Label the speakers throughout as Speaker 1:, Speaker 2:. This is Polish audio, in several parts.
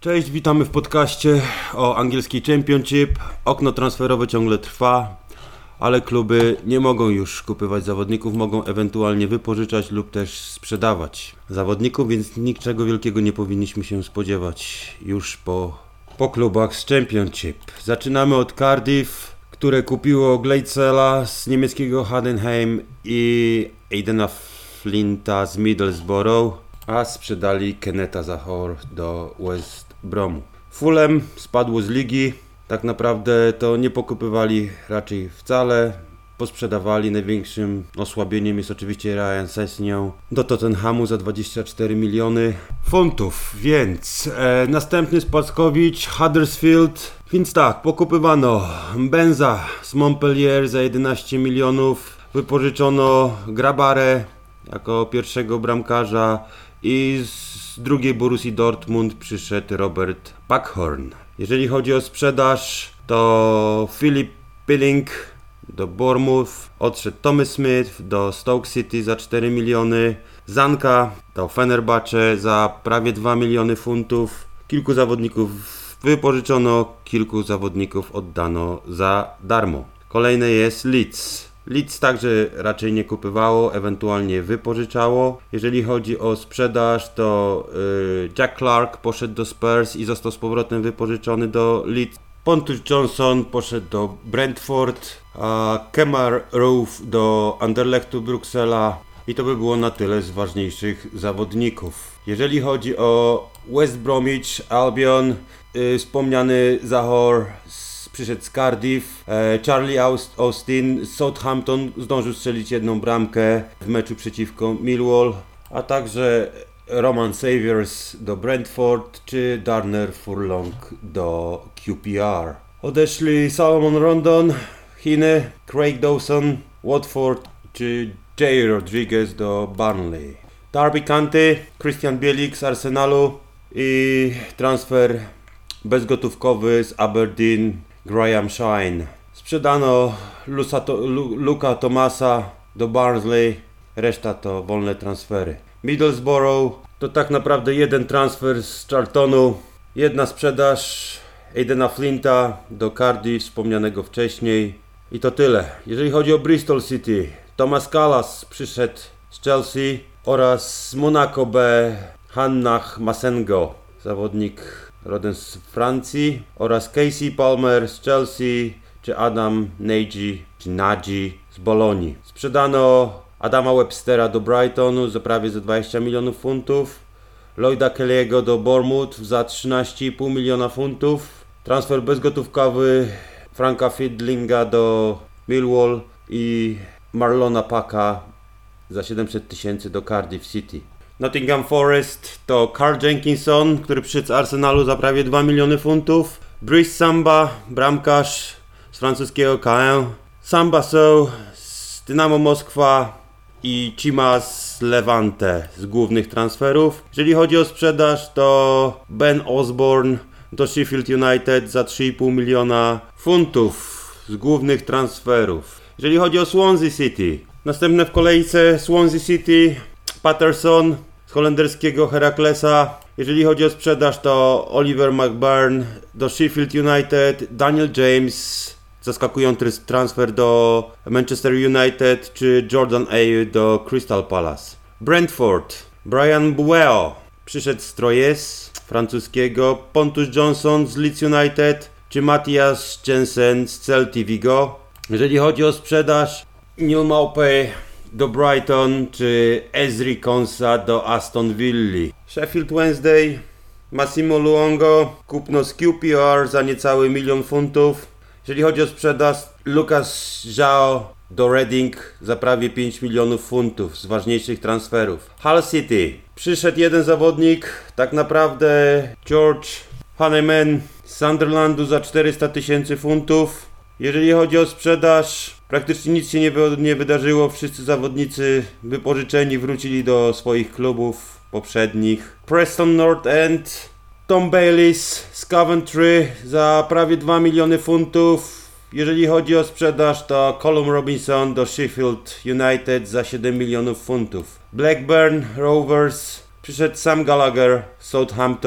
Speaker 1: Cześć, witamy w podcaście o angielskiej Championship. Okno transferowe ciągle trwa, ale kluby nie mogą już kupywać zawodników, mogą ewentualnie wypożyczać lub też sprzedawać zawodników, więc niczego wielkiego nie powinniśmy się spodziewać już po klubach z Championship. Zaczynamy od Cardiff, które kupiło Gleitsela z niemieckiego Heidenheim i Aidena Flinta z Middlesbrough, a sprzedali Kennetha Zahor do West Bromu. Fulham spadło z ligi, tak naprawdę to nie pokupywali raczej wcale, posprzedawali. Największym osłabieniem jest oczywiście Ryan Sessegnon do Tottenhamu za 24 miliony funtów, więc następny spadkowicz Huddersfield, więc tak, pokupywano Benza z Montpellier za 11 milionów, wypożyczono Grabarę jako pierwszego bramkarza i z drugiej Borussii Dortmund przyszedł Robert Backhorn. Jeżeli chodzi o sprzedaż, to Philip Billing do Bournemouth, odszedł Tommy Smith do Stoke City za 4 miliony, Zanka do Fenerbahce za prawie 2 miliony funtów. Kilku zawodników wypożyczono, kilku zawodników oddano za darmo. Kolejne jest Leeds. Leeds także raczej nie kupywało, ewentualnie wypożyczało. Jeżeli chodzi o sprzedaż, to Jack Clark poszedł do Spurs i został z powrotem wypożyczony do Leeds. Pontus Johnson poszedł do Brentford, a Kemar Roofe do Anderlechtu Bruksela. I to by było na tyle z ważniejszych zawodników. Jeżeli chodzi o West Bromwich Albion, wspomniany Zahor przyszedł z Cardiff, Charlie Austin z Southampton zdążył strzelić jedną bramkę w meczu przeciwko Millwall, a także Roman Saviours do Brentford czy Darner Furlong do QPR. Odeszli Salomon Rondon, Chiny, Craig Dawson, Watford czy Jay Rodriguez do Burnley. Derby County, Christian Bielik z Arsenalu i transfer bezgotówkowy z Aberdeen Graham Shine. Sprzedano Luka Thomasa do Barnsley, reszta to wolne transfery. Middlesbrough to tak naprawdę jeden transfer z Charltonu, jedna sprzedaż Aidena Flinta do Cardiff, wspomnianego wcześniej, i to tyle. Jeżeli chodzi o Bristol City, Thomas Kalas przyszedł z Chelsea oraz z Monaco B Hannah Massengo, zawodnik rodem z Francji, oraz Casey Palmer z Chelsea czy Adam Nagy z Bolonii. Sprzedano Adama Webstera do Brightonu za prawie 20 milionów funtów, Lloyda Kelly'ego do Bournemouth za 13,5 miliona funtów, transfer bezgotówkowy Franka Fidlinga do Millwall i Marlona Packa za 700 tysięcy do Cardiff City. Nottingham Forest to Carl Jenkinson, który przyszedł z Arsenalu za prawie 2 miliony funtów, Brice Samba, bramkarz z francuskiego Caen, Samba Sow z Dynamo Moskwa i Chima z Levante z głównych transferów. Jeżeli chodzi o sprzedaż, to Ben Osborne do Sheffield United za 3,5 miliona funtów z głównych transferów. Jeżeli chodzi o Swansea City, następne w kolejce Swansea City, Patterson z holenderskiego Heraklesa. Jeżeli chodzi o sprzedaż, to Oliver McBurn do Sheffield United, Daniel James, zaskakujący transfer do Manchester United, czy Jordan Ayew do Crystal Palace. Brentford, Brian Bueo przyszedł z Troyes francuskiego, Pontus Johnson z Leeds United, czy Matthias Jensen z Celtic Vigo. Jeżeli chodzi o sprzedaż, Neil Maupay do Brighton czy Ezri Konsa do Aston Villa. Sheffield Wednesday, Massimo Luongo, kupno z QPR za niecały 1 milion funtów. Jeżeli chodzi o sprzedaż, Lucas João do Reading za prawie 5 milionów funtów z ważniejszych transferów. Hull City, przyszedł jeden zawodnik, tak naprawdę George Hanneman z Sunderlandu za 400 tysięcy funtów. Jeżeli chodzi o sprzedaż, praktycznie nic się nie wydarzyło, wszyscy zawodnicy wypożyczeni wrócili do swoich klubów poprzednich. Preston North End, Tom Bayliss z Coventry za prawie 2 miliony funtów. Jeżeli chodzi o sprzedaż, to Callum Robinson do Sheffield United za 7 milionów funtów. Blackburn Rovers, przyszedł Sam Gallagher z Southampton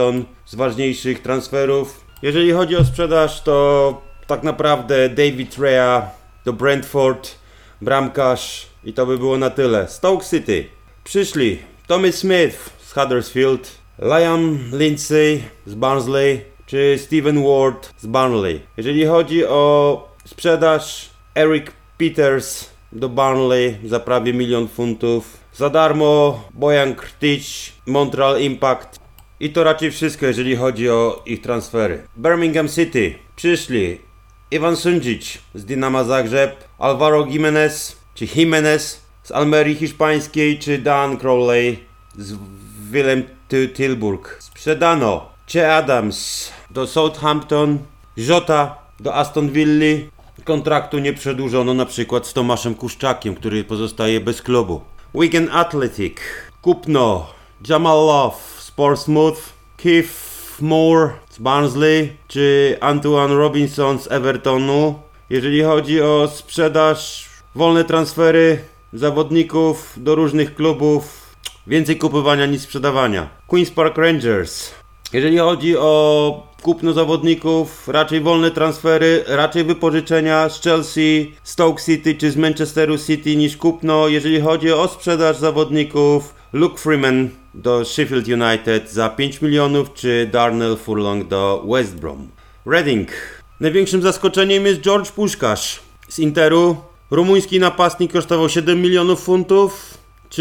Speaker 1: z ważniejszych transferów. Jeżeli chodzi o sprzedaż, to tak naprawdę David Rea do Brentford, bramkarz i to by było na tyle. Stoke City. Przyszli Tommy Smith z Huddersfield, Liam Lindsay z Barnsley czy Steven Ward z Burnley. Jeżeli chodzi o sprzedaż, Eric Peters do Burnley za prawie 1 000 000 funtów. Za darmo Bojan Krtic, Montreal Impact. I to raczej wszystko, jeżeli chodzi o ich transfery. Birmingham City. Przyszli Ivan Sundzic z Dinama Zagrzeb, Alvaro Jimenez z Almerii hiszpańskiej czy Dan Crowley z Willem Tilburg. Sprzedano Che Adams do Southampton, Jota do Aston Villa. Kontraktu nie przedłużono na przykład z Tomaszem Kuszczakiem, który pozostaje bez klubu. Wigan Athletic. Kupno Jamal Love z Portsmouth, Keith Moore z Barnsley czy Antoine Robinson z Evertonu. Jeżeli chodzi o sprzedaż, wolne transfery zawodników do różnych klubów, więcej kupowania niż sprzedawania. Queen's Park Rangers. Jeżeli chodzi o kupno zawodników, raczej wolne transfery, raczej wypożyczenia z Chelsea, Stoke City czy z Manchesteru City niż kupno. Jeżeli chodzi o sprzedaż zawodników, Luke Freeman do Sheffield United za 5 milionów czy Darnell Furlong do West Brom. Reading. Największym zaskoczeniem jest George Puskás z Interu. Rumuński napastnik kosztował 7 milionów funtów.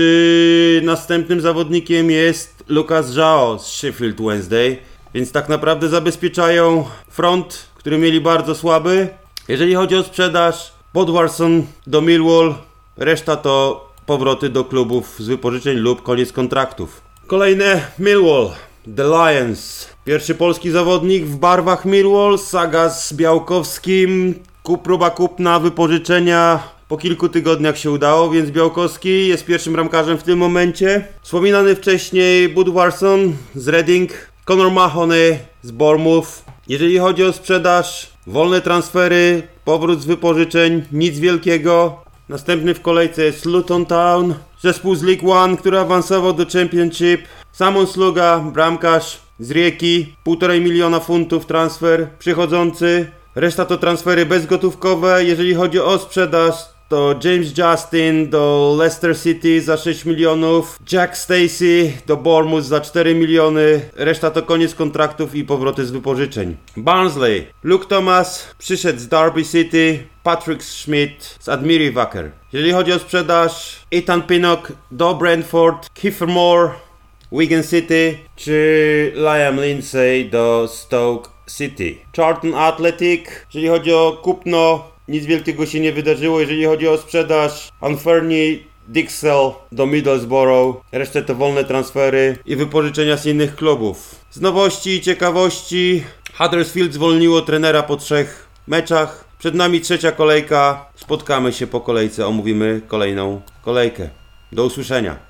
Speaker 1: Czy następnym zawodnikiem jest Lucas João z Sheffield Wednesday. Więc tak naprawdę zabezpieczają front, który mieli bardzo słaby. Jeżeli chodzi o sprzedaż, Bodvarsson do Millwall, reszta to powroty do klubów z wypożyczeń lub koniec kontraktów. Kolejne Millwall, The Lions. Pierwszy polski zawodnik w barwach Millwall, saga z Białkowskim, próba kupna, wypożyczenia. Po kilku tygodniach się udało, więc Białkowski jest pierwszym bramkarzem w tym momencie. Wspominany wcześniej Bodvarsson z Reading, Conor Mahony z Bournemouth. Jeżeli chodzi o sprzedaż, wolne transfery, powrót z wypożyczeń, nic wielkiego. Następny w kolejce jest Luton Town, zespół z League One, który awansował do Championship. Simon Sluga, bramkarz z Rijeki, 1,5 miliona funtów transfer przychodzący. Reszta to transfery bezgotówkowe. Jeżeli chodzi o sprzedaż, to James Justin do Leicester City za 6 milionów, Jack Stacey do Bournemouth za 4 miliony, reszta to koniec kontraktów i powroty z wypożyczeń. Barnsley, Luke Thomas przyszedł z Derby City, Patrick Schmidt z Admiri Wacker. Jeżeli chodzi o sprzedaż, Ethan Pinnock do Brentford, Kiefer Moore, Wigan City czy Liam Lindsay do Stoke City. Charlton Athletic, jeżeli chodzi o kupno, nic wielkiego się nie wydarzyło. Jeżeli chodzi o sprzedaż, Anferni Dixell do Middlesbrough, resztę to wolne transfery i wypożyczenia z innych klubów. Z nowości i ciekawości, Huddersfield zwolniło trenera po 3 meczach. Przed nami 3. kolejka, spotkamy się po kolejce, omówimy kolejną kolejkę. Do usłyszenia.